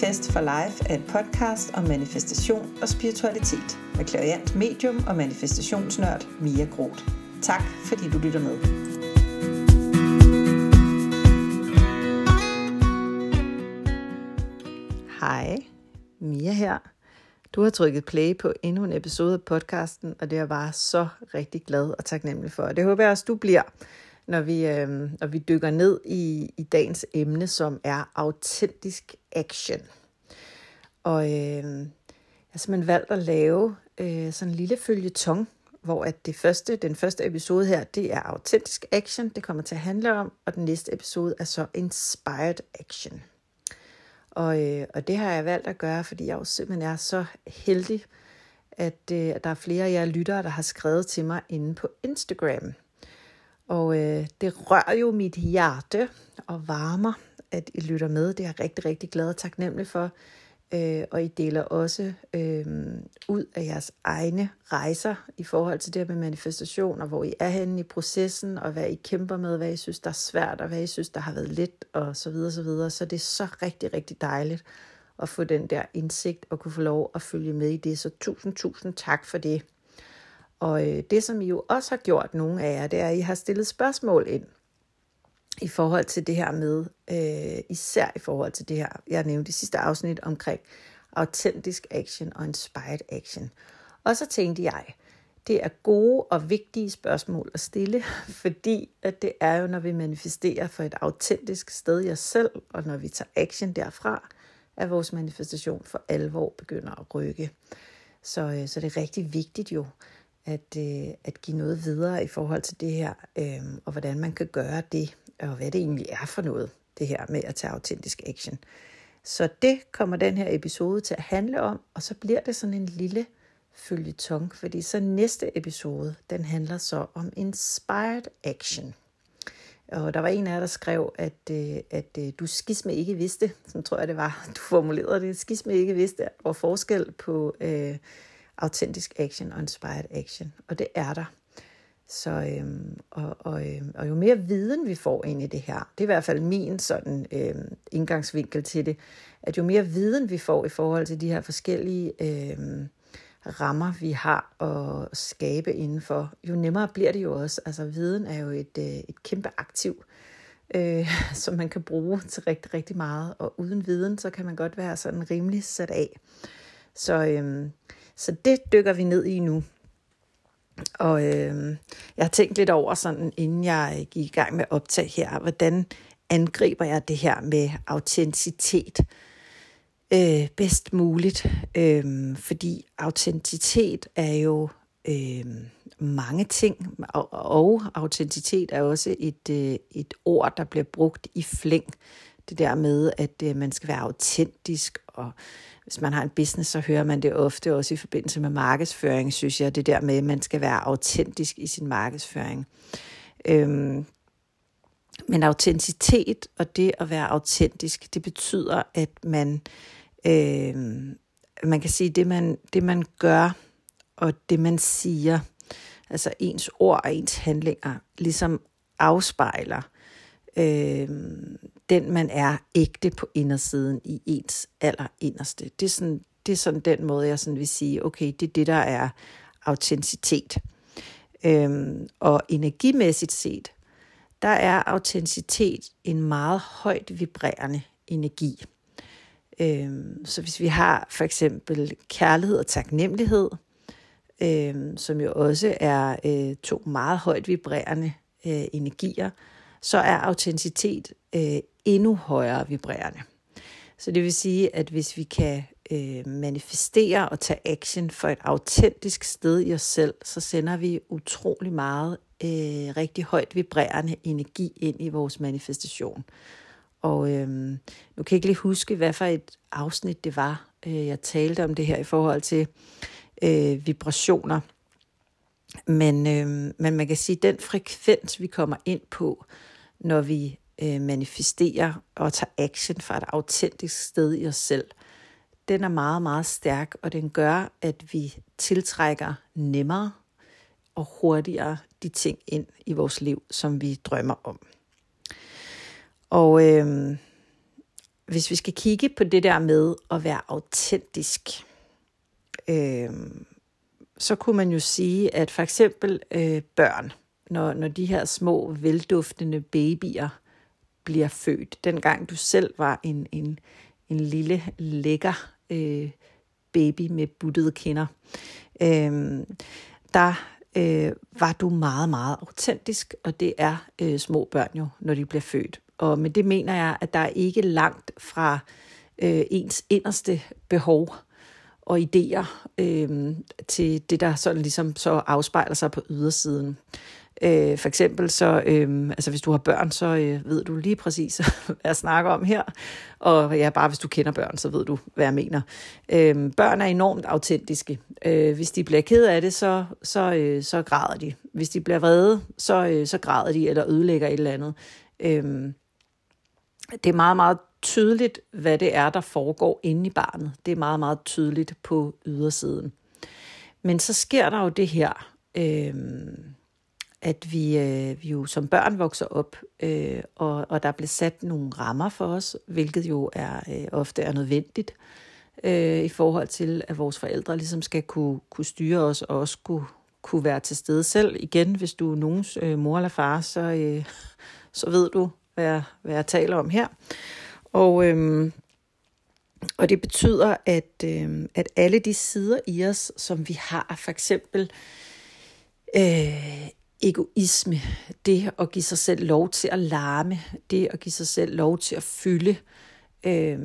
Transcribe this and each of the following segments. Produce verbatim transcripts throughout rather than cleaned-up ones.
Manifest for Life er et podcast om manifestation og spiritualitet med clairvoyant medium og manifestationsnørd Mia Groth. Tak fordi du lytter med. Hej, Mia her. Du har trykket play på endnu en episode af podcasten, og det er jeg bare så rigtig glad og taknemmelig for. Det håber jeg også, du bliver, når vi, øh, når vi dykker ned i, i dagens emne, som er autentisk action. Og øh, jeg har simpelthen valgt at lave øh, sådan en lille føljeton, hvor at det første, den første episode her, det er autentisk action, det kommer til at handle om, og den næste episode er så inspired action. Og, øh, og det har jeg valgt at gøre, fordi jeg jo simpelthen er så heldig, at, øh, at der er flere af jer lyttere, der har skrevet til mig inde på Instagram. Og øh, det rører jo mit hjerte og varmer, at I lytter med. Det er jeg rigtig, rigtig glad og taknemmelig for. Øh, og I deler også øh, ud af jeres egne rejser i forhold til det her med manifestation, og hvor I er henne i processen, og hvad I kæmper med, hvad I synes, der er svært, og hvad I synes, der har været let, og så videre, så videre. Så det er så rigtig, rigtig dejligt at få den der indsigt, og kunne få lov at følge med i det. Så tusind, tusind tak for det. Og øh, det, som I jo også har gjort, nogle af jer, det er, at I har stillet spørgsmål ind i forhold til det her med, øh, især i forhold til det her, jeg nævnte i sidste afsnit omkring autentisk action og inspired action. Og så tænkte jeg, det er gode og vigtige spørgsmål at stille, fordi at det er jo, når vi manifesterer for et autentisk sted i os selv, og når vi tager action derfra, at vores manifestation for alvor begynder at rykke. Så, øh, så det er rigtig vigtigt jo, at, øh, at give noget videre i forhold til det her, øh, og hvordan man kan gøre det, og hvad det egentlig er for noget, det her med at tage autentisk action. Så det kommer den her episode til at handle om, og så bliver det sådan en lille føljeton, fordi så næste episode, den handler så om inspired action. Og der var en af jer, der skrev, at, at du skisme ikke vidste, som tror jeg det var, du formulerede det, skisme ikke vidste, at der var forskel på øh, autentisk action og inspired action, og det er der. Så, øhm, og, og, øhm, og jo mere viden vi får ind i det her, det er i hvert fald min sådan øhm, indgangsvinkel til det, at jo mere viden vi får i forhold til de her forskellige øhm, rammer, vi har at skabe indenfor, jo nemmere bliver det jo også. Altså viden er jo et, øh, et kæmpe aktiv, øh, som man kan bruge til rigtig, rigtig meget, og uden viden, så kan man godt være sådan rimelig sat af. Så, øhm, så det dykker vi ned i nu. Og øh, jeg har tænkt lidt over sådan, inden jeg gik i gang med optag her, hvordan angriber jeg det her med autenticitet øh, bedst muligt. Øh, fordi autenticitet er jo øh, mange ting, og, og autenticitet er også et, øh, et ord, der bliver brugt i flæng. Det der med, at øh, man skal være autentisk, og hvis man har en business, så hører man det ofte også i forbindelse med markedsføring, synes jeg, det der med, at man skal være autentisk i sin markedsføring. Øhm, men autenticitet og det at være autentisk, det betyder, at man, øh, man kan sige, det man, det man gør, og det man siger, altså ens ord og ens handlinger, ligesom afspejler øh, den man er ægte på indersiden i ens allerinderste. Det er sådan, det er sådan den måde, jeg sådan vil sige, okay, det er det, der er autenticitet. Øhm, og energimæssigt set, der er autenticitet en meget højt vibrerende energi. Øhm, så hvis vi har for eksempel kærlighed og taknemmelighed, øhm, som jo også er øh, to meget højt vibrerende øh, energier, så er autenticitet øh, endnu højere vibrerende. Så det vil sige, at hvis vi kan øh, manifestere og tage action for et autentisk sted i os selv, så sender vi utrolig meget øh, rigtig højt vibrerende energi ind i vores manifestation. Og øh, nu kan jeg ikke lige huske, hvad for et afsnit det var, øh, jeg talte om det her i forhold til øh, vibrationer. Men, øh, men man kan sige, at den frekvens, vi kommer ind på, når vi øh, manifesterer og tager action fra et autentisk sted i os selv, den er meget, meget stærk, og den gør, at vi tiltrækker nemmere og hurtigere de ting ind i vores liv, som vi drømmer om. Og, øh, hvis vi skal kigge på det der med at være autentisk, øh, så kunne man jo sige, at for eksempel øh, børn, når, når de her små, velduftende babyer bliver født, dengang du selv var en, en, en lille, lækker øh, baby med buttede kinder, øh, der øh, var du meget, meget autentisk, og det er øh, små børn jo, når de bliver født. Og med det mener jeg, at der er ikke langt fra øh, ens inderste behov og idéer øh, til det, der sådan ligesom så afspejler sig på ydersiden. Øh, for eksempel så, øh, altså hvis du har børn, så øh, ved du lige præcis, hvad jeg snakker om her. Og ja, bare hvis du kender børn, så ved du, hvad jeg mener. Øh, børn er enormt autentiske. Øh, hvis de bliver ked af det, så, så, øh, så græder de. Hvis de bliver vrede, så, øh, så græder de eller ødelægger et eller andet. Øh, det er meget, meget tydeligt, hvad det er, der foregår inde i barnet. Det er meget, meget tydeligt på ydersiden. Men så sker der jo det her, øh, at vi, øh, vi jo som børn vokser op, øh, og, og der bliver sat nogle rammer for os, hvilket jo er øh, ofte er nødvendigt øh, i forhold til, at vores forældre ligesom skal kunne, kunne styre os, og også kunne, kunne være til stede selv. Igen, hvis du er nogens øh, mor eller far, så, øh, så ved du, hvad jeg, hvad jeg taler om her. Og, øhm, og det betyder, at, øhm, at alle de sider i os, som vi har, for eksempel øh, egoisme, det at give sig selv lov til at larme, det at give sig selv lov til at fylde, øh,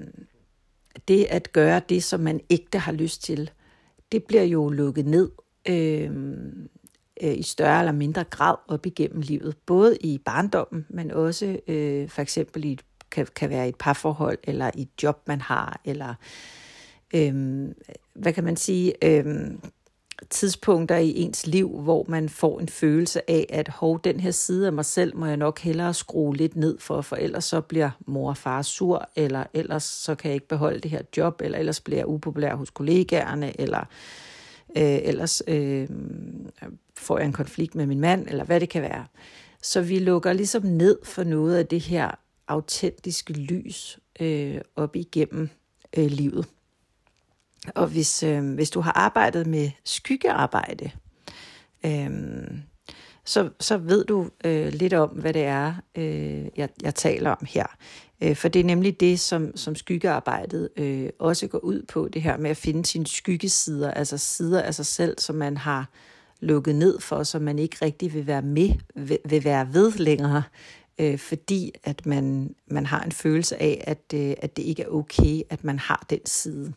det at gøre det, som man ægte har lyst til, det bliver jo lukket ned øh, i større eller mindre grad op igennem livet, både i barndommen, men også øh, for eksempel i et, kan, kan være i et parforhold, eller i et job, man har, eller øh, hvad kan man sige, øh, tidspunkter i ens liv, hvor man får en følelse af, at hov, den her side af mig selv må jeg nok hellere skrue lidt ned for, for ellers så bliver mor og far sur, eller ellers så kan jeg ikke beholde det her job, eller ellers bliver jeg upopulær hos kollegaerne, eller øh, ellers øh, får jeg en konflikt med min mand, eller hvad det kan være. Så vi lukker ligesom ned for noget af det her autentiske lys øh, op igennem øh, livet. Og hvis, øh, hvis du har arbejdet med skyggearbejde, øh, så, så ved du øh, lidt om, hvad det er, øh, jeg, jeg taler om her. Øh, for det er nemlig det, som, som skyggearbejdet øh, også går ud på, det her med at finde sine skyggesider, altså sider af sig selv, som man har lukket ned for, som man ikke rigtig vil være med, vil, vil være ved længere, øh, fordi at man, man har en følelse af, at, øh, at det ikke er okay, at man har den side.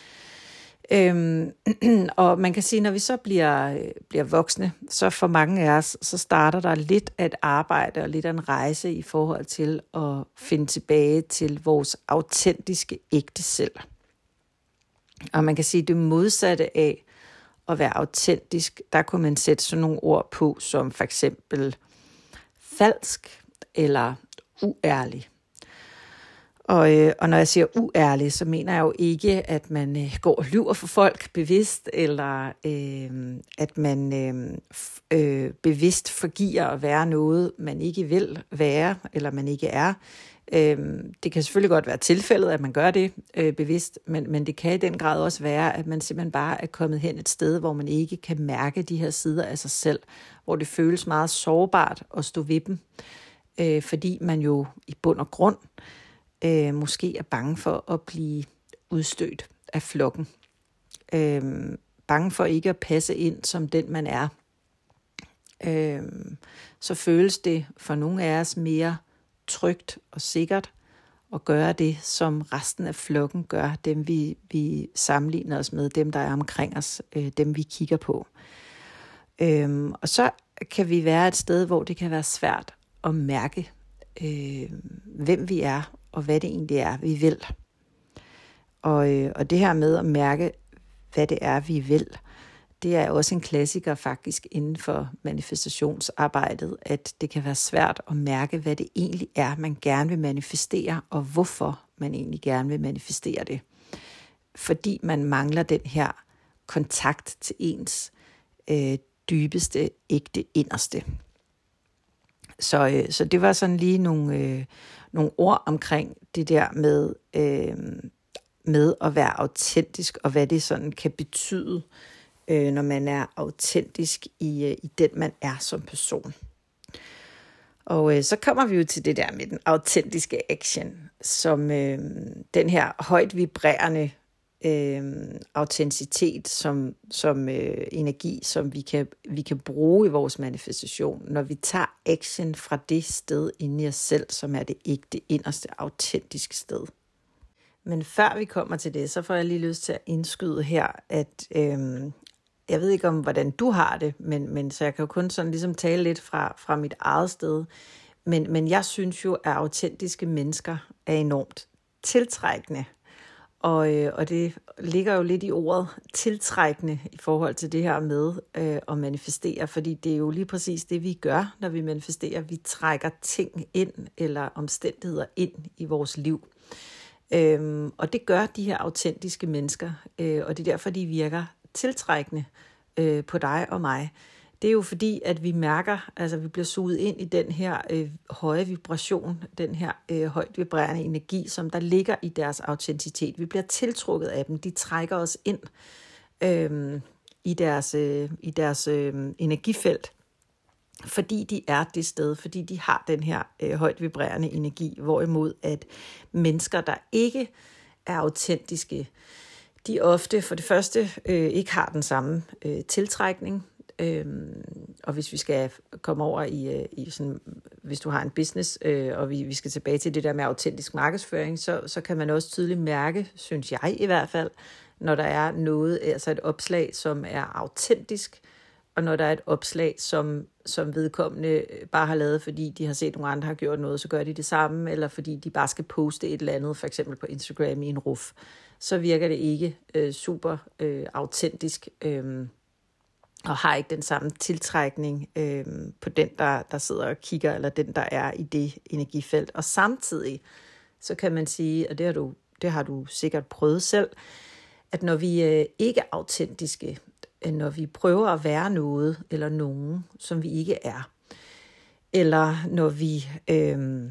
Øhm, og man kan sige, når vi så bliver, bliver voksne, så for mange af os, så starter der lidt at arbejde og lidt af en rejse i forhold til at finde tilbage til vores autentiske ægte selv. Og man kan sige, det modsatte af at være autentisk, der kunne man sætte sådan nogle ord på, som for eksempel falsk eller uærlig. Og, øh, og når jeg siger uærlig, så mener jeg jo ikke, at man øh, går og lyver for folk bevidst, eller øh, at man øh, f- øh, bevidst forgiver at være noget, man ikke vil være, eller man ikke er. Øh, det kan selvfølgelig godt være tilfældet, at man gør det øh, bevidst, men, men det kan i den grad også være, at man simpelthen bare er kommet hen et sted, hvor man ikke kan mærke de her sider af sig selv, hvor det føles meget sårbart at stå ved dem, øh, fordi man jo i bund og grund Øh, måske er bange for at blive udstødt af flokken. Øh, bange for ikke at passe ind som den, man er. Øh, så føles det for nogle af os mere trygt og sikkert at gøre det, som resten af flokken gør, dem vi, vi sammenligner os med, dem der er omkring os, øh, dem vi kigger på. Øh, og så kan vi være et sted, hvor det kan være svært at mærke, øh, hvem vi er, og hvad det egentlig er, vi vil. Og, øh, og det her med at mærke, hvad det er, vi vil, det er også en klassiker faktisk inden for manifestationsarbejdet, at det kan være svært at mærke, hvad det egentlig er, man gerne vil manifestere, og hvorfor man egentlig gerne vil manifestere det. Fordi man mangler den her kontakt til ens øh, dybeste, ægte inderste. Så, øh, så det var sådan lige nogle, øh, nogle ord omkring det der med, øh, med at være autentisk, og hvad det sådan kan betyde, øh, når man er autentisk i, øh, i den, man er som person. Og øh, så kommer vi jo til det der med den autentiske action, som øh, den her højt vibrerende øh, autenticitet som, som øh, energi, som vi kan, vi kan bruge i vores manifestation, når vi tager action fra det sted inde i os selv, som er det ægte, inderste, autentiske sted. Men før vi kommer til det, så får jeg lige lyst til at indskyde her, at øh, jeg ved ikke om, hvordan du har det, men, men så jeg kan jo kun sådan ligesom tale lidt fra, fra mit eget sted. Men, men jeg synes jo, at autentiske mennesker er enormt tiltrækkende. Og, øh, og det ligger jo lidt i ordet tiltrækkende i forhold til det her med øh, at manifestere. Fordi det er jo lige præcis det, vi gør, når vi manifesterer. Vi trækker ting ind eller omstændigheder ind i vores liv. Øhm, og det gør de her autentiske mennesker. Øh, og det er derfor, de virker tiltrækkende øh, på dig og mig. Det er jo fordi, at vi mærker, altså vi bliver suget ind i den her øh, høje vibration, den her øh, højt vibrerende energi, som der ligger i deres autenticitet. Vi bliver tiltrukket af dem. De trækker os ind øh, i deres, øh, i deres øh, energifelt, fordi de er det sted, fordi de har den her øh, højt vibrerende energi, hvorimod at mennesker, der ikke er autentiske, de ofte for det første øh, ikke har den samme øh, tiltrækning. Øhm, og hvis vi skal komme over i, øh, i sådan, hvis du har en business, øh, og vi, vi skal tilbage til det der med autentisk markedsføring, så, så kan man også tydeligt mærke, synes jeg i hvert fald, når der er noget, altså et opslag, som er autentisk, og når der er et opslag, som, som vedkommende bare har lavet, fordi de har set nogle andre har gjort noget, så gør de det samme, eller fordi de bare skal poste et eller andet, for eksempel på Instagram i en ruf, så virker det ikke øh, super øh, autentisk, øh, og har ikke den samme tiltrækning øh, på den, der, der sidder og kigger, eller den, der er i det energifelt. Og samtidig, så kan man sige, og det har du, det har du sikkert prøvet selv, at når vi øh, ikke er autentiske, når vi prøver at være noget eller nogen, som vi ikke er, eller når vi øh,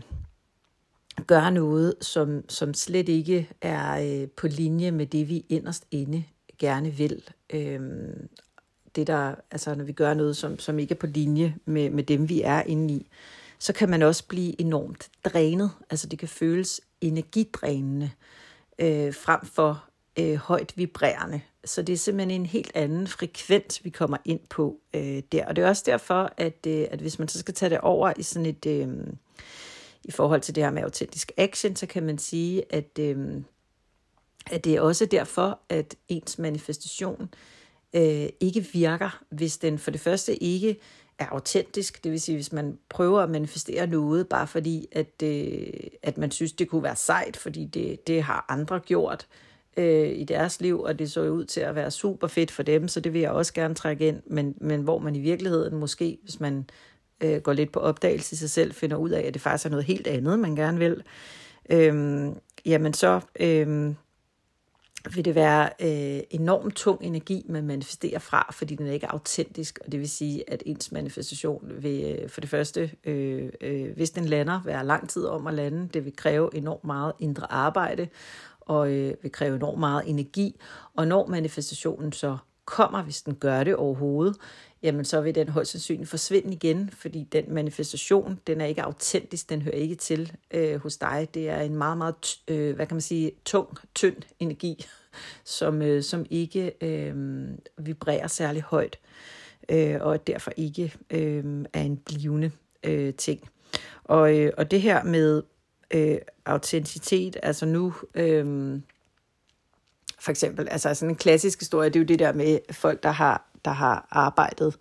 gør noget, som, som slet ikke er øh, på linje med det, vi inderst inde gerne vil, øh, det der, altså når vi gør noget, som, som ikke er på linje med, med dem, vi er inde i, så kan man også blive enormt drænet. Altså det kan føles energidrænende øh, frem for øh, højt vibrerende. Så det er simpelthen en helt anden frekvens, vi kommer ind på øh, der. Og det er også derfor, at, øh, at hvis man så skal tage det over i sådan et, øh, i forhold til det her med autentisk action, så kan man sige, at, øh, at det er også derfor, at ens manifestation øh, ikke virker, hvis den for det første ikke er autentisk. Det vil sige, hvis man prøver at manifestere noget, bare fordi, at, øh, at man synes, det kunne være sejt, fordi det, det har andre gjort øh, i deres liv, og det så ud til at være super fedt for dem, så det vil jeg også gerne trække ind, men, men hvor man i virkeligheden måske, hvis man øh, går lidt på opdagelse i sig selv, finder ud af, at det faktisk er noget helt andet, man gerne vil, øh, jamen så øh, vil det være øh, enormt tung energi, man manifesterer fra, fordi den ikke er autentisk, og det vil sige, at ens manifestation vil øh, for det første, øh, øh, hvis den lander, være lang tid om at lande. Det vil kræve enormt meget indre arbejde, og øh, vil kræve enormt meget energi, og når manifestationen så kommer, hvis den gør det overhovedet, jamen så vil den højst sandsynligt forsvinde igen, fordi den manifestation, den er ikke autentisk, den hører ikke til øh, hos dig. Det er en meget, meget, øh, hvad kan man sige, tung, tynd energi, som, øh, som ikke øh, vibrerer særlig højt, øh, og derfor ikke øh, er en blivende øh, ting. Og, øh, og det her med øh, autenticitet, altså nu... Øh, For eksempel, altså sådan en klassisk historie, det er jo det der med folk, der har, der har arbejdet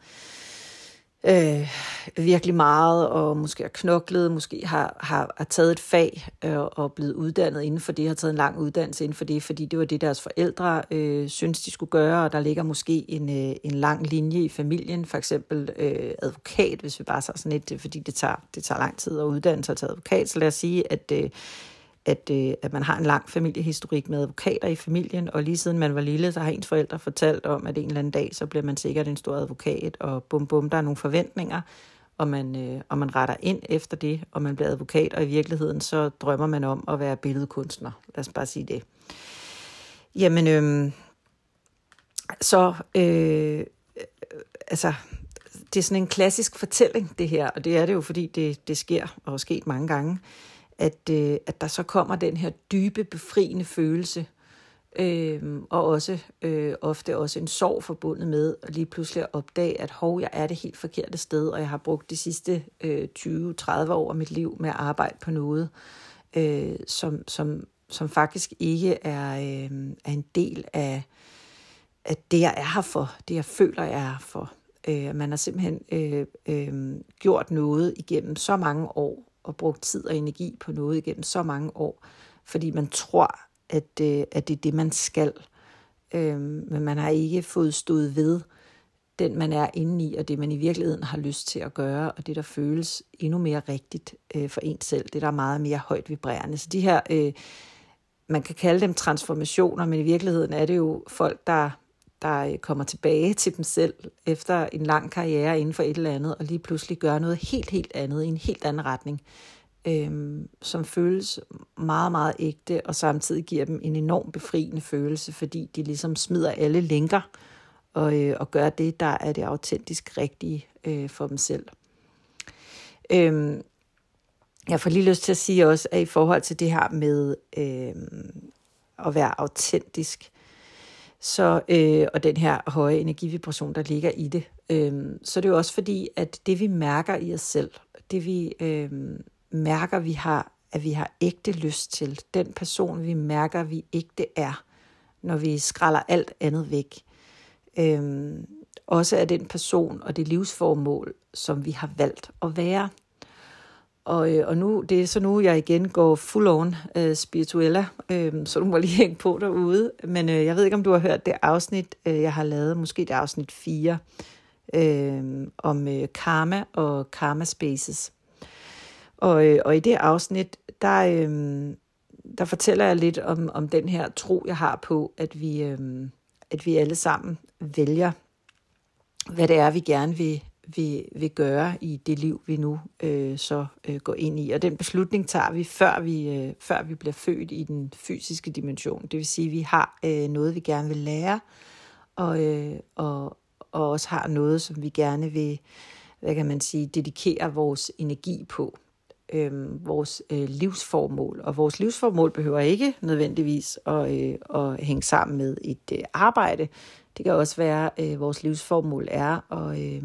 øh, virkelig meget, og måske har knoklet, måske har, har, har taget et fag øh, og blevet uddannet inden for det, har taget en lang uddannelse inden for det, fordi det var det, deres forældre øh, synes, de skulle gøre, og der ligger måske en, øh, en lang linje i familien, for eksempel øh, advokat, hvis vi bare tager sådan et, fordi det tager, det tager lang tid at uddanne sig til advokat, så lad os sige, at øh, At, øh, at man har en lang familiehistorik med advokater i familien, og lige siden man var lille, så har ens forældre fortalt om, at en eller anden dag, så bliver man sikkert en stor advokat, og bum bum, der er nogle forventninger, og man, øh, og man retter ind efter det, og man bliver advokat, og i virkeligheden så drømmer man om at være billedkunstner. Lad os bare sige det. Jamen, øh, så, øh, altså, det er sådan en klassisk fortælling, det her, og det er det jo, fordi det, det sker, og er sket mange gange, at, øh, at der så kommer den her dybe, befriende følelse, øh, og også øh, ofte også en sorg forbundet med at lige pludselig at opdage, at hov, jeg er det helt forkerte sted, og jeg har brugt de sidste øh, tyve til tredive år af mit liv med at arbejde på noget, øh, som, som, som faktisk ikke er, øh, er en del af, af det, jeg er her for, det jeg føler, jeg er her for. Øh, man har simpelthen øh, øh, gjort noget igennem så mange år, og brugt tid og energi på noget igennem så mange år, fordi man tror, at, øh, at det er det, man skal. Øh, men man har ikke fået stået ved den, man er inde i, og det, man i virkeligheden har lyst til at gøre, og det, der føles endnu mere rigtigt øh, for en selv, det, der er meget mere højt vibrerende. Så de her, øh, man kan kalde dem transformationer, men i virkeligheden er det jo folk, der der kommer tilbage til dem selv efter en lang karriere inden for et eller andet, og lige pludselig gør noget helt, helt andet i en helt anden retning, øhm, som føles meget, meget ægte, og samtidig giver dem en enorm befriende følelse, fordi de ligesom smider alle lænker, og, øh, og gør det, der er det autentisk rigtige øh, for dem selv. Øhm, jeg får lige lyst til at sige også, at i forhold til det her med øh, at være autentisk, Så, øh, og den her høje energivibration, der ligger i det, øh, så er det jo også fordi, at det vi mærker i os selv, det vi øh, mærker, vi har, at vi har ægte lyst til, den person vi mærker, vi ægte er, når vi skræller alt andet væk, øh, også er den person og det livsformål, som vi har valgt at være. Og, og nu, det er så nu, jeg igen går full on øh, spirituella, øh, så du må lige hænge på derude. Men øh, jeg ved ikke, om du har hørt det afsnit, øh, jeg har lavet, måske det afsnit fire, øh, om øh, karma og karma spaces. Og, øh, og i det afsnit, der, øh, der fortæller jeg lidt om, om den her tro, jeg har på, at vi, øh, at vi alle sammen vælger, hvad det er, vi gerne vil Vi vil gøre i det liv, vi nu øh, så øh, går ind i. Og den beslutning tager vi, før vi, øh, før vi bliver født i den fysiske dimension. Det vil sige, at vi har øh, noget, vi gerne vil lære, og, øh, og, og også har noget, som vi gerne vil, hvad kan man sige, dedikere vores energi på. Øh, vores øh, livsformål. Og vores livsformål behøver ikke nødvendigvis at, øh, at hænge sammen med et øh, arbejde. Det kan også være, at øh, vores livsformål er at, øh,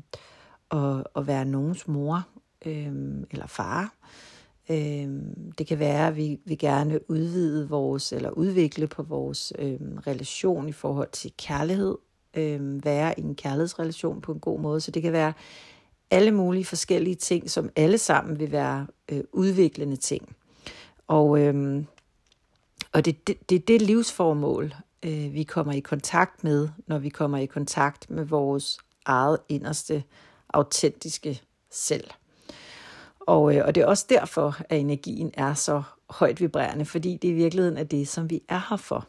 at, at være nogens mor øh, eller far. Øh, det kan være, at vi vil gerne udvide vores, eller udvikle på vores øh, relation i forhold til kærlighed. Øh, være i en kærlighedsrelation på en god måde. Så det kan være alle mulige forskellige ting, som alle sammen vil være øh, udviklende ting. Og, øh, og det, det, det er det livsformål, vi kommer i kontakt med, når vi kommer i kontakt med vores eget inderste, autentiske selv. Og, og det er også derfor, at energien er så højt vibrerende, fordi det i virkeligheden er det, som vi er her for.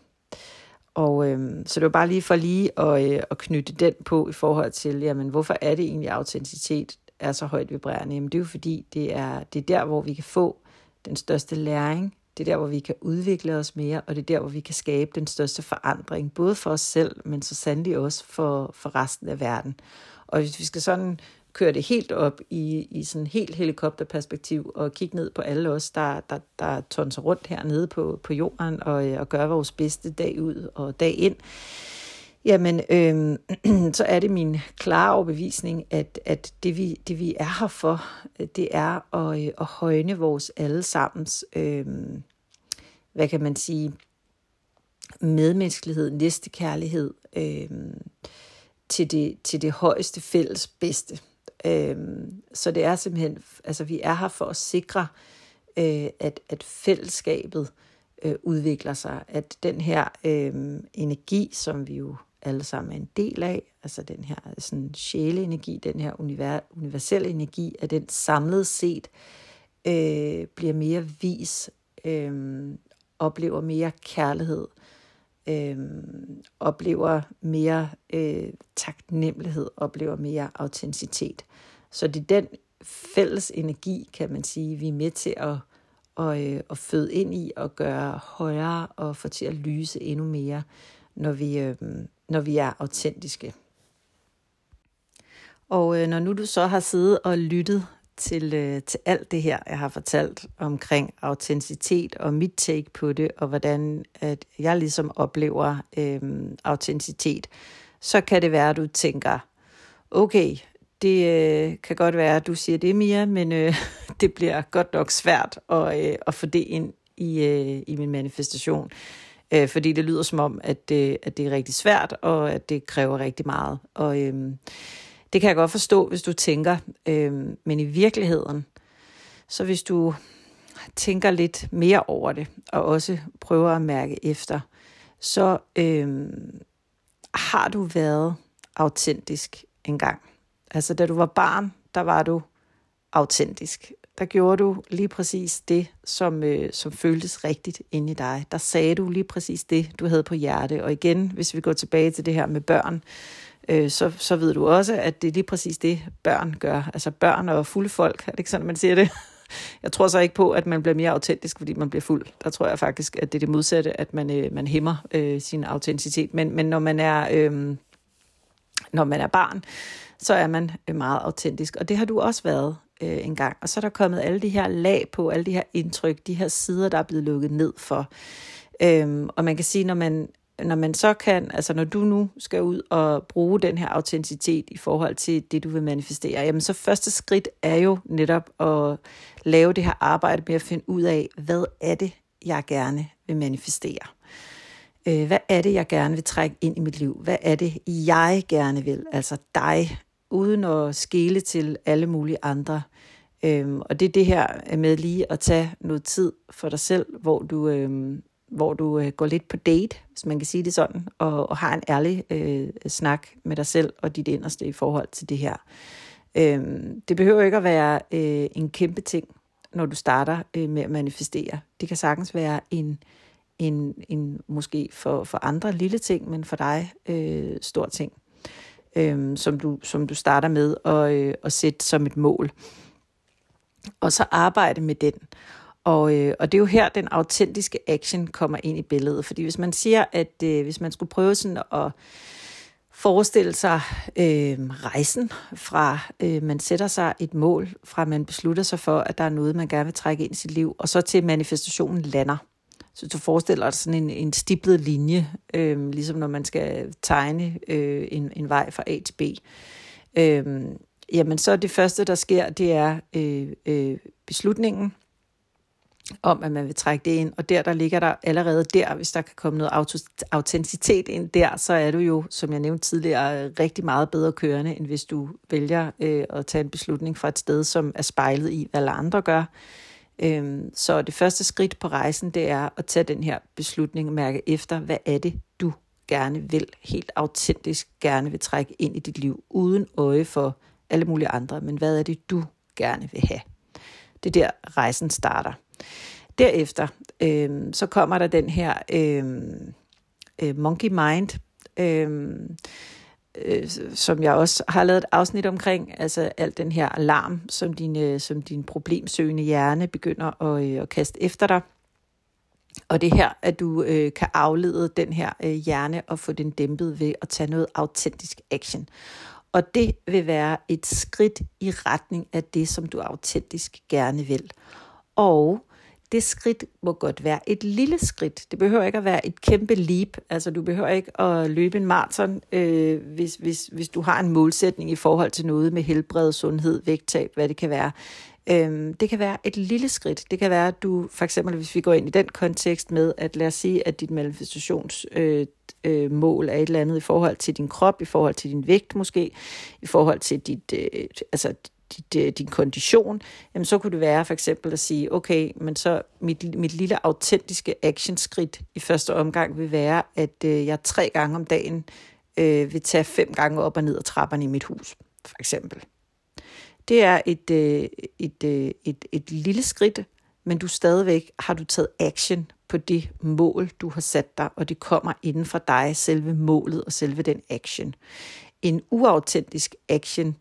Og øhm, så det var bare lige for lige at, øh, at knytte den på i forhold til, jamen, hvorfor er det egentlig, at autenticitet er så højt vibrerende? Jamen, det er jo fordi, det er, det er der, hvor vi kan få den største læring. Det er der, hvor vi kan udvikle os mere, og det er der, hvor vi kan skabe den største forandring, både for os selv, men så sandelig også for, for resten af verden. Og hvis vi skal sådan køre det helt op i, i sådan helt helikopterperspektiv, og kigge ned på alle os, der, der, der tonser rundt hernede på, på jorden, og, og gør vores bedste dag ud og dag ind, jamen, øh, så er det min klare overbevisning, at, at det, vi, det vi er her for, det er at, at højne vores allesammens, øh, hvad kan man sige, medmenneskelighed, næstekærlighed, øh, til, det, til det højeste fælles bedste. Øh, så det er simpelthen, altså vi er her for at sikre, øh, at, at fællesskabet øh, udvikler sig, at den her øh, energi, som vi jo alle sammen er en del af, altså den her sådan sjæleenergi, den her universelle energi, at den samlet set øh, bliver mere vis, øh, oplever mere kærlighed, øh, oplever mere øh, taknemmelighed, oplever mere autenticitet. Så det er den fælles energi, kan man sige, vi er med til at, at, øh, at føde ind i og gøre højere og få til at lyse endnu mere, når vi, øh, når vi er autentiske. Og øh, når nu du så har siddet og lyttet til, øh, til alt det her, jeg har fortalt omkring autenticitet og mit take på det, og hvordan at jeg ligesom oplever øh, autenticitet, så kan det være, at du tænker, okay, det øh, kan godt være, at du siger det, Mia, men øh, det bliver godt nok svært at, øh, at få det ind i, øh, i min manifestation. Øh, fordi det lyder som om, at, øh, at det er rigtig svært, og at det kræver rigtig meget. Og øh, det kan jeg godt forstå, hvis du tænker, øh, men i virkeligheden, så hvis du tænker lidt mere over det, og også prøver at mærke efter, så øh, har du været autentisk engang. Altså da du var barn, der var du autentisk. Der gjorde du lige præcis det, som, øh, som føltes rigtigt inde i dig. Der sagde du lige præcis det, du havde på hjerte. Og igen, hvis vi går tilbage til det her med børn, øh, så, så ved du også, at det er lige præcis det, børn gør. Altså børn og fulde folk, er det ikke sådan, man siger det? Jeg tror så ikke på, at man bliver mere autentisk, fordi man bliver fuld. Der tror jeg faktisk, at det er det modsatte, at man, øh, man hæmmer øh, sin autenticitet. Men, men når man er... Øh, når man er barn, så er man meget autentisk. Og det har du også været øh, en gang. Og så er der kommet alle de her lag på, alle de her indtryk, de her sider, der er blevet lukket ned for. Øhm, og man kan sige, når man, når man så kan, altså når du nu skal ud og bruge den her autenticitet i forhold til det, du vil manifestere, jamen så første skridt er jo netop at lave det her arbejde med at finde ud af, hvad er det, jeg gerne vil manifestere. Hvad er det, jeg gerne vil trække ind i mit liv? Hvad er det, jeg gerne vil? Altså dig, uden at skele til alle mulige andre. Øhm, og det er det her med lige at tage noget tid for dig selv, hvor du, øhm, hvor du øh, går lidt på date, hvis man kan sige det sådan, og, og har en ærlig øh, snak med dig selv og dit inderste i forhold til det her. Øhm, det behøver ikke at være øh, en kæmpe ting, når du starter øh, med at manifestere. Det kan sagtens være en En, en måske for, for andre lille ting, men for dig øh, stor ting, øh, som, du, som du starter med at, øh, at sætte som et mål. Og så arbejde med den. Og, øh, og det er jo her, den autentiske action kommer ind i billedet. Fordi hvis man siger, at øh, hvis man skulle prøve sådan at forestille sig øh, rejsen fra, øh, man sætter sig et mål, fra man beslutter sig for, at der er noget, man gerne vil trække ind i sit liv, og så til manifestationen lander. Så du forestiller dig sådan en, en stiplet linje, øh, ligesom når man skal tegne øh, en, en vej fra A til B. Øh, jamen så det første, der sker, det er øh, øh, beslutningen om, at man vil trække det ind. Og der, der ligger der allerede der, hvis der kan komme noget autenticitet ind der, så er du jo, som jeg nævnte tidligere, rigtig meget bedre kørende, end hvis du vælger øh, at tage en beslutning fra et sted, som er spejlet i, hvad alle andre gør. Så det første skridt på rejsen, det er at tage den her beslutning og mærke efter, hvad er det, du gerne vil, helt autentisk gerne vil trække ind i dit liv, uden øje for alle mulige andre, men hvad er det, du gerne vil have? Det er der, rejsen starter. Derefter, øh, så kommer der den her øh, monkey mind, øh, som jeg også har lavet et afsnit omkring, altså alt den her alarm, som din, som din problemsøgende hjerne begynder at, at kaste efter dig. Og det her, at du øh, kan aflede den her øh, hjerne og få den dæmpet ved at tage noget autentisk action. Og det vil være et skridt i retning af det, som du autentisk gerne vil. Og det skridt må godt være et lille skridt. Det behøver ikke at være et kæmpe leap. Altså du behøver ikke at løbe en maraton, øh, hvis, hvis, hvis du har en målsætning i forhold til noget med helbred, sundhed, vægttab, hvad det kan være. Øh, det kan være et lille skridt. Det kan være, at du for eksempel, hvis vi går ind i den kontekst med, at lad os sige, at dit manifestationsmål øh, øh, mål er et eller andet i forhold til din krop, i forhold til din vægt måske, i forhold til dit, øh, altså Dit, din kondition, jamen så kunne det være for eksempel at sige, okay, men så mit, mit lille autentiske actionskridt i første omgang vil være, at øh, jeg tre gange om dagen øh, vil tage fem gange op og ned ad trapperne i mit hus, for eksempel. Det er et, øh, et, øh, et, et lille skridt, men du stadigvæk har du taget action på det mål, du har sat dig, og det kommer inden for dig, selve målet og selve den action. En uautentisk action,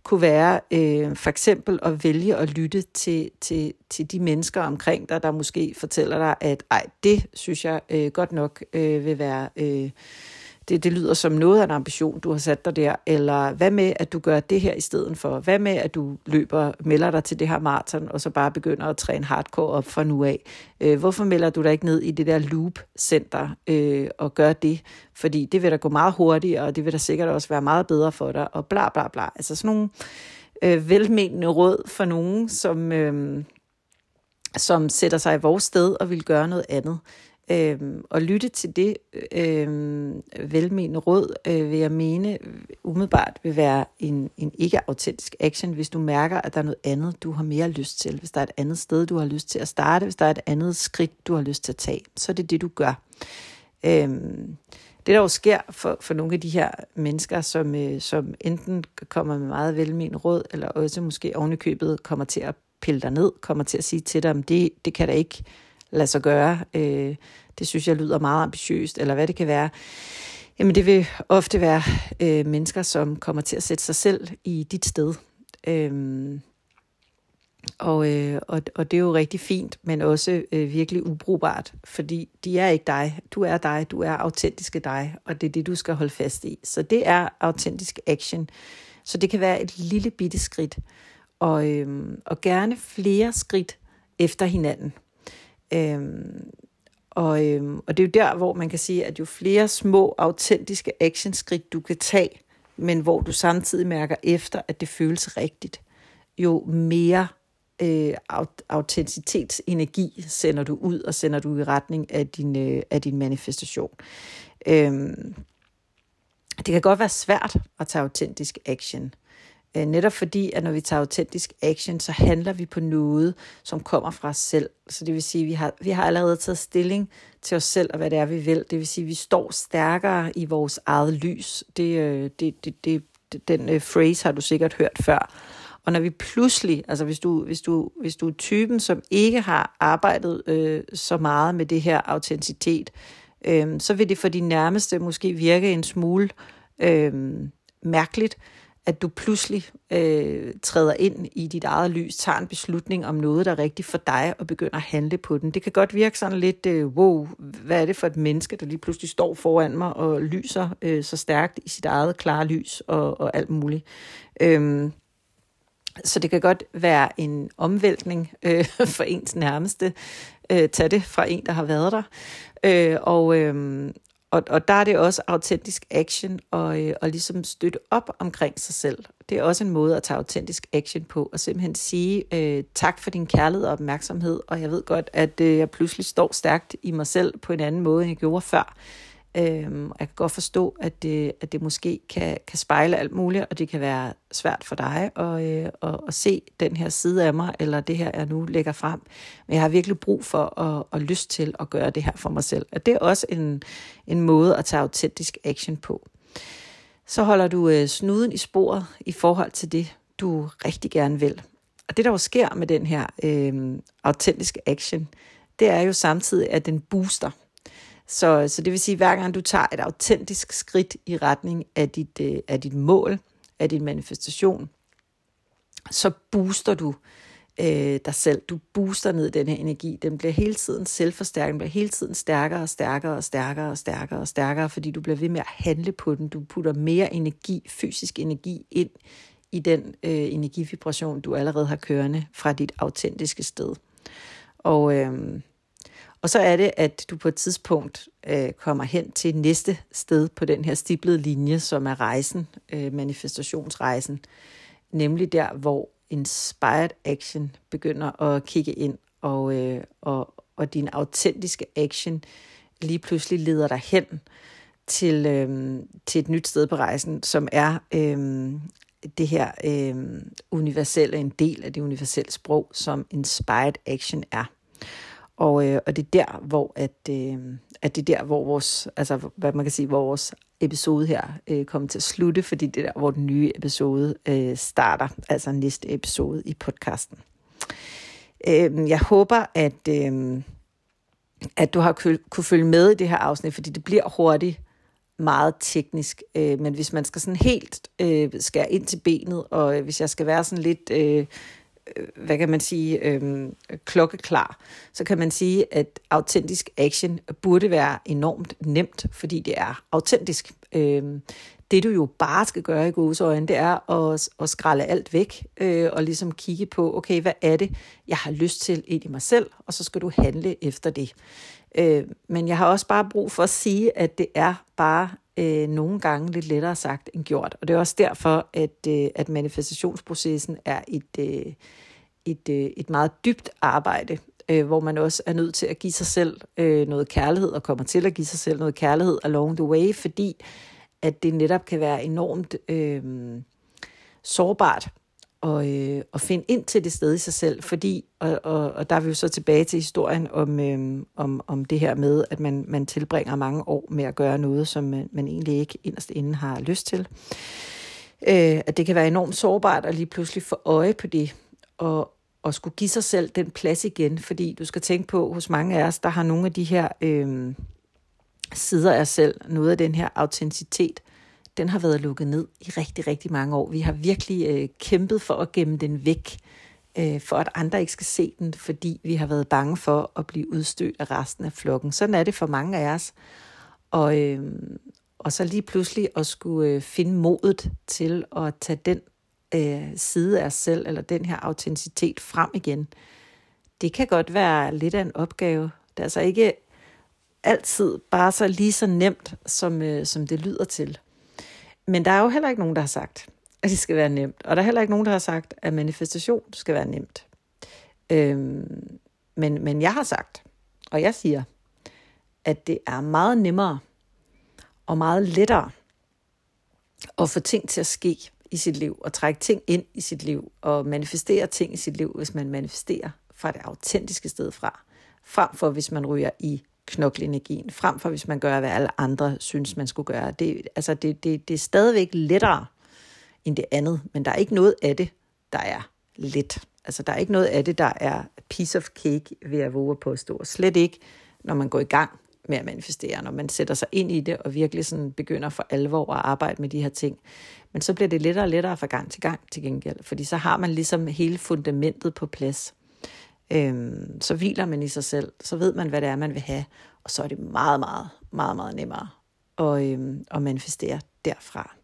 kunne være øh, for eksempel at vælge at lytte til, til, til de mennesker omkring dig, der måske fortæller dig, at ej, det synes jeg øh, godt nok øh, vil være... Øh, Det, det lyder som noget af en ambition, du har sat dig der. Eller hvad med, at du gør det her i stedet for? Hvad med, at du løber, melder dig til det her maraton, og så bare begynder at træne hardcore op fra nu af? Øh, hvorfor melder du dig ikke ned i det der loop-center øh, og gør det? Fordi det vil da gå meget hurtigere, og det vil da sikkert også være meget bedre for dig, og bla bla bla. Altså sådan nogle øh, velmenende råd for nogen, som, øh, som sætter sig i vores sted og vil gøre noget andet. Øhm, og lytte til det øhm, velmenende råd, øh, vil jeg mene umiddelbart vil være en, en ikke-autentisk action, hvis du mærker, at der er noget andet, du har mere lyst til. Hvis der er et andet sted, du har lyst til at starte, hvis der er et andet skridt, du har lyst til at tage, så er det det, du gør. Øhm, det, der jo sker for, for nogle af de her mennesker, som, øh, som enten kommer med meget velmenende råd, eller også måske ovenikøbet kommer til at pille dig ned, kommer til at sige til dig, at det, det kan da ikke lade sig gøre, øh, det synes jeg lyder meget ambitiøst, eller hvad det kan være. Jamen det vil ofte være øh, mennesker, som kommer til at sætte sig selv i dit sted. Øhm, og, øh, og, og det er jo rigtig fint, men også øh, virkelig ubrugbart, fordi de er ikke dig. Du er dig, du er autentiske dig, og det er det, du skal holde fast i. Så det er autentisk action. Så det kan være et lille bitte skridt, og, øh, og gerne flere skridt efter hinanden. Øhm, og, øhm, og det er jo der, hvor man kan sige, at jo flere små, autentiske actionskridt du kan tage, men hvor du samtidig mærker efter, at det føles rigtigt, jo mere øh, aut- autenticitetsenergi sender du ud, og sender du i retning af din, øh, af din manifestation. Øhm, det kan godt være svært at tage autentisk action. Netop fordi, at når vi tager autentisk action, så handler vi på noget, som kommer fra os selv. Så det vil sige, at vi har, vi har allerede taget stilling til os selv, og hvad det er, vi vil. Det vil sige, at vi står stærkere i vores eget lys. Det, det, det, det, den uh, phrase har du sikkert hørt før. Og når vi pludselig, altså hvis du, hvis du, hvis du er typen, som ikke har arbejdet øh, så meget med det her autenticitet, øh, så vil det for de nærmeste måske virke en smule øh, mærkeligt, at du pludselig øh, træder ind i dit eget lys, tager en beslutning om noget, der er rigtigt for dig, og begynder at handle på den. Det kan godt virke sådan lidt, øh, wow, hvad er det for et menneske, der lige pludselig står foran mig og lyser øh, så stærkt i sit eget klare lys og, og alt muligt. Øhm, så det kan godt være en omvæltning øh, for ens nærmeste. Øh, tag det fra en, der har været der. Øh, og... Øh, Og, og der er det også autentisk action og, øh, og ligesom støtte op omkring sig selv. Det er også en måde at tage autentisk action på, og simpelthen sige øh, tak for din kærlighed og opmærksomhed, og jeg ved godt, at øh, jeg pludselig står stærkt i mig selv på en anden måde, end jeg gjorde før. Øhm, jeg kan godt forstå, at det, at det måske kan, kan spejle alt muligt, og det kan være svært for dig at, øh, at, at se den her side af mig, eller det her, jeg nu lægger frem. Men jeg har virkelig brug for at, og lyst til at gøre det her for mig selv. Og det er også en, en måde at tage autentisk action på. Så holder du øh, snuden i sporet i forhold til det, du rigtig gerne vil. Og det, der jo sker med den her øh, autentiske action, det er jo samtidig, at den booster. Så, så det vil sige, at hver gang du tager et autentisk skridt i retning af dit, øh, af dit mål, af din manifestation, så booster du øh, dig selv. Du booster ned den her energi. Den bliver hele tiden selvforstærket, den bliver hele tiden stærkere og stærkere og stærkere og stærkere og stærkere, fordi du bliver ved med at handle på den. Du putter mere energi, fysisk energi ind i den øh, energivibration, du allerede har kørende fra dit autentiske sted. Og... Øh, Og så er det, at du på et tidspunkt øh, kommer hen til næste sted på den her stiplede linje, som er rejsen, øh, manifestationsrejsen. Nemlig der, hvor inspired action begynder at kigge ind, og, øh, og, og din autentiske action lige pludselig leder dig hen til, øh, til et nyt sted på rejsen, som er øh, det her øh, universelle, en del af det universelle sprog, som inspired action er. Og, øh, og det er der, hvor at, øh, at det er der, hvor vores, altså hvad man kan sige, hvor vores episode her øh, kommer til at slutte, fordi det er der, hvor den nye episode øh, starter, altså næste episode i podcasten. Øh, jeg håber, at øh, at du har kunne følge med i det her afsnit, fordi det bliver hurtigt meget teknisk, øh, men hvis man skal sådan helt øh, skære ind til benet, og øh, hvis jeg skal være sådan lidt, øh, hvad kan man sige, øh, klokkeklar, så kan man sige, at autentisk action burde være enormt nemt, fordi det er autentisk. Øh, det du jo bare skal gøre i gåseøjne, det er at, at skrælle alt væk, øh, og ligesom kigge på, okay, hvad er det, jeg har lyst til ind i mig selv, og så skal du handle efter det. Øh, men jeg har også bare brug for at sige, at det er bare øh, nogle gange lidt lettere sagt end gjort. Og det er også derfor, at, øh, at manifestationsprocessen er et, øh, et, øh, et meget dybt arbejde, øh, hvor man også er nødt til at give sig selv øh, noget kærlighed, og kommer til at give sig selv noget kærlighed along the way, fordi at det netop kan være enormt øh, sårbart og, øh, og finde ind til det sted i sig selv, fordi, og, og, og der er vi jo så tilbage til historien om, øh, om, om det her med, at man, man tilbringer mange år med at gøre noget, som man, man egentlig ikke inderst inde har lyst til. Øh, at det kan være enormt sårbart at lige pludselig få øje på det, og, og skulle give sig selv den plads igen, fordi du skal tænke på, hos mange af os, der har nogle af de her øh, sider af os selv, noget af den her autenticitet, den har været lukket ned i rigtig, rigtig mange år. Vi har virkelig øh, kæmpet for at gemme den væk, øh, for at andre ikke skal se den, fordi vi har været bange for at blive udstødt af resten af flokken. Sådan er det for mange af os. Og, øh, og så lige pludselig at skulle øh, finde modet til at tage den øh, side af os selv, eller den her autenticitet frem igen. Det kan godt være lidt af en opgave. Det er altså ikke altid bare så lige så nemt, som, øh, som det lyder til. Men der er jo heller ikke nogen, der har sagt, at det skal være nemt. Og der er heller ikke nogen, der har sagt, at manifestation skal være nemt. Øhm, men, men jeg har sagt, og jeg siger, at det er meget nemmere og meget lettere at få ting til at ske i sit liv, og trække ting ind i sit liv, og manifestere ting i sit liv, hvis man manifesterer fra det autentiske sted fra, frem for hvis man ryger i knokleenergien, frem for hvis man gør, hvad alle andre synes, man skulle gøre. Det, altså det, det, det er stadigvæk lettere end det andet, men der er ikke noget af det, der er let. Altså der er ikke noget af det, der er piece of cake, vil jeg våge at påstå. Slet ikke, når man går i gang med at manifestere, når man sætter sig ind i det, og virkelig sådan begynder for alvor at arbejde med de her ting. Men så bliver det lettere og lettere fra gang til gang til gengæld, fordi så har man ligesom hele fundamentet på plads. Øhm, så hviler man i sig selv, så ved man, hvad det er, man vil have, og så er det meget, meget, meget, meget nemmere at, øhm, at manifestere derfra.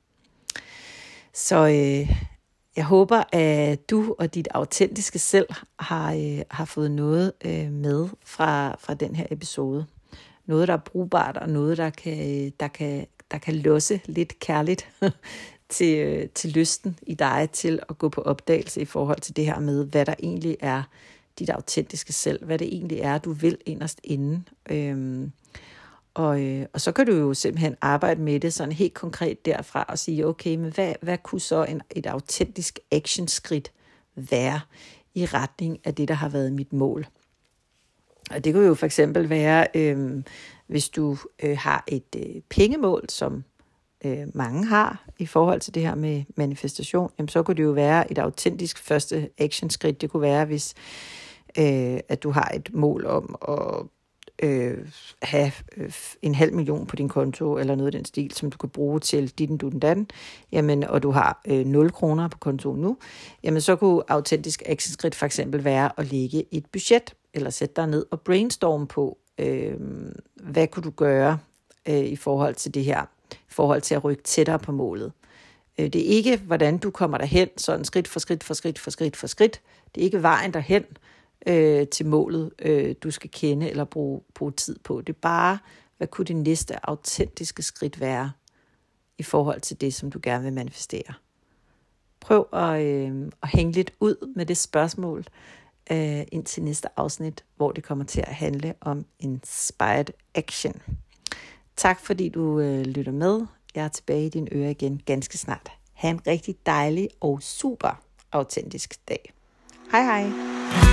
Så øh, jeg håber, at du og dit autentiske selv har, øh, har fået noget øh, med fra, fra den her episode. Noget, der er brugbart, og noget, der kan, der kan, der kan losse lidt kærligt til, øh, til lysten i dig til at gå på opdagelse i forhold til det her med, hvad der egentlig er dit autentiske selv, hvad det egentlig er, du vil inderst inde. Øhm, og, øh, og så kan du jo simpelthen arbejde med det sådan helt konkret derfra og sige, okay, men hvad, hvad kunne så en, et autentisk actionskridt være i retning af det, der har været mit mål? Og det kunne jo for eksempel være, øh, hvis du øh, har et øh, pengemål, som øh, mange har i forhold til det her med manifestation, jamen, så kunne det jo være et autentisk første actionskridt. Det kunne være, hvis øh, at du har et mål om at øh, have øh, en halv million på din konto, eller noget af den stil, som du kan bruge til ditten, dutten, datten, jamen, og du har øh, nul kroner på kontoen nu, jamen, så kunne autentisk actionskridt for eksempel være at lægge et budget, eller sætte dig ned og brainstorme på, øh, hvad kunne du gøre øh, i forhold til det her, i forhold til at rykke tættere på målet. Øh, det er ikke, hvordan du kommer derhen, sådan skridt for skridt for skridt for skridt for skridt. Det er ikke vejen derhen øh, til målet, øh, du skal kende eller bruge, bruge tid på. Det er bare, hvad kunne det næste autentiske skridt være i forhold til det, som du gerne vil manifestere. Prøv at, øh, at hænge lidt ud med det spørgsmål, Uh, indtil næste afsnit, hvor det kommer til at handle om inspired action. Tak fordi du uh, lytter med. Jeg er tilbage i din øre igen ganske snart. Ha' en rigtig dejlig og super autentisk dag. Hej hej.